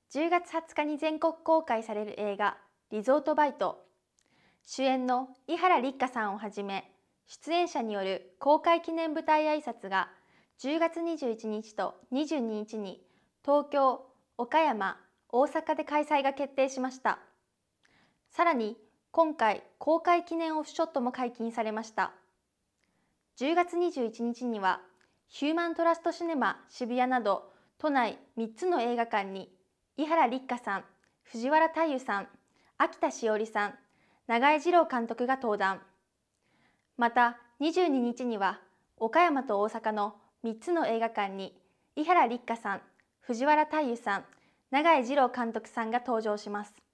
10月20日に全国公開される映画リゾートバイト。主演の伊原六花さんをはじめ、出演者による公開記念舞台挨拶が10月21日と22日に東京、岡山、大阪で開催が決定しました。さらに今回公開記念オフショットも解禁されました。10月21日にはヒューマントラストシネマ渋谷など都内3つの映画館に伊原六花さん、藤原大祐さん、秋田しおりさん、長江二郎監督が登壇。また22日には岡山と大阪の3つの映画館に伊原六花さん、藤原大祐さん、長江二郎監督さんが登場します。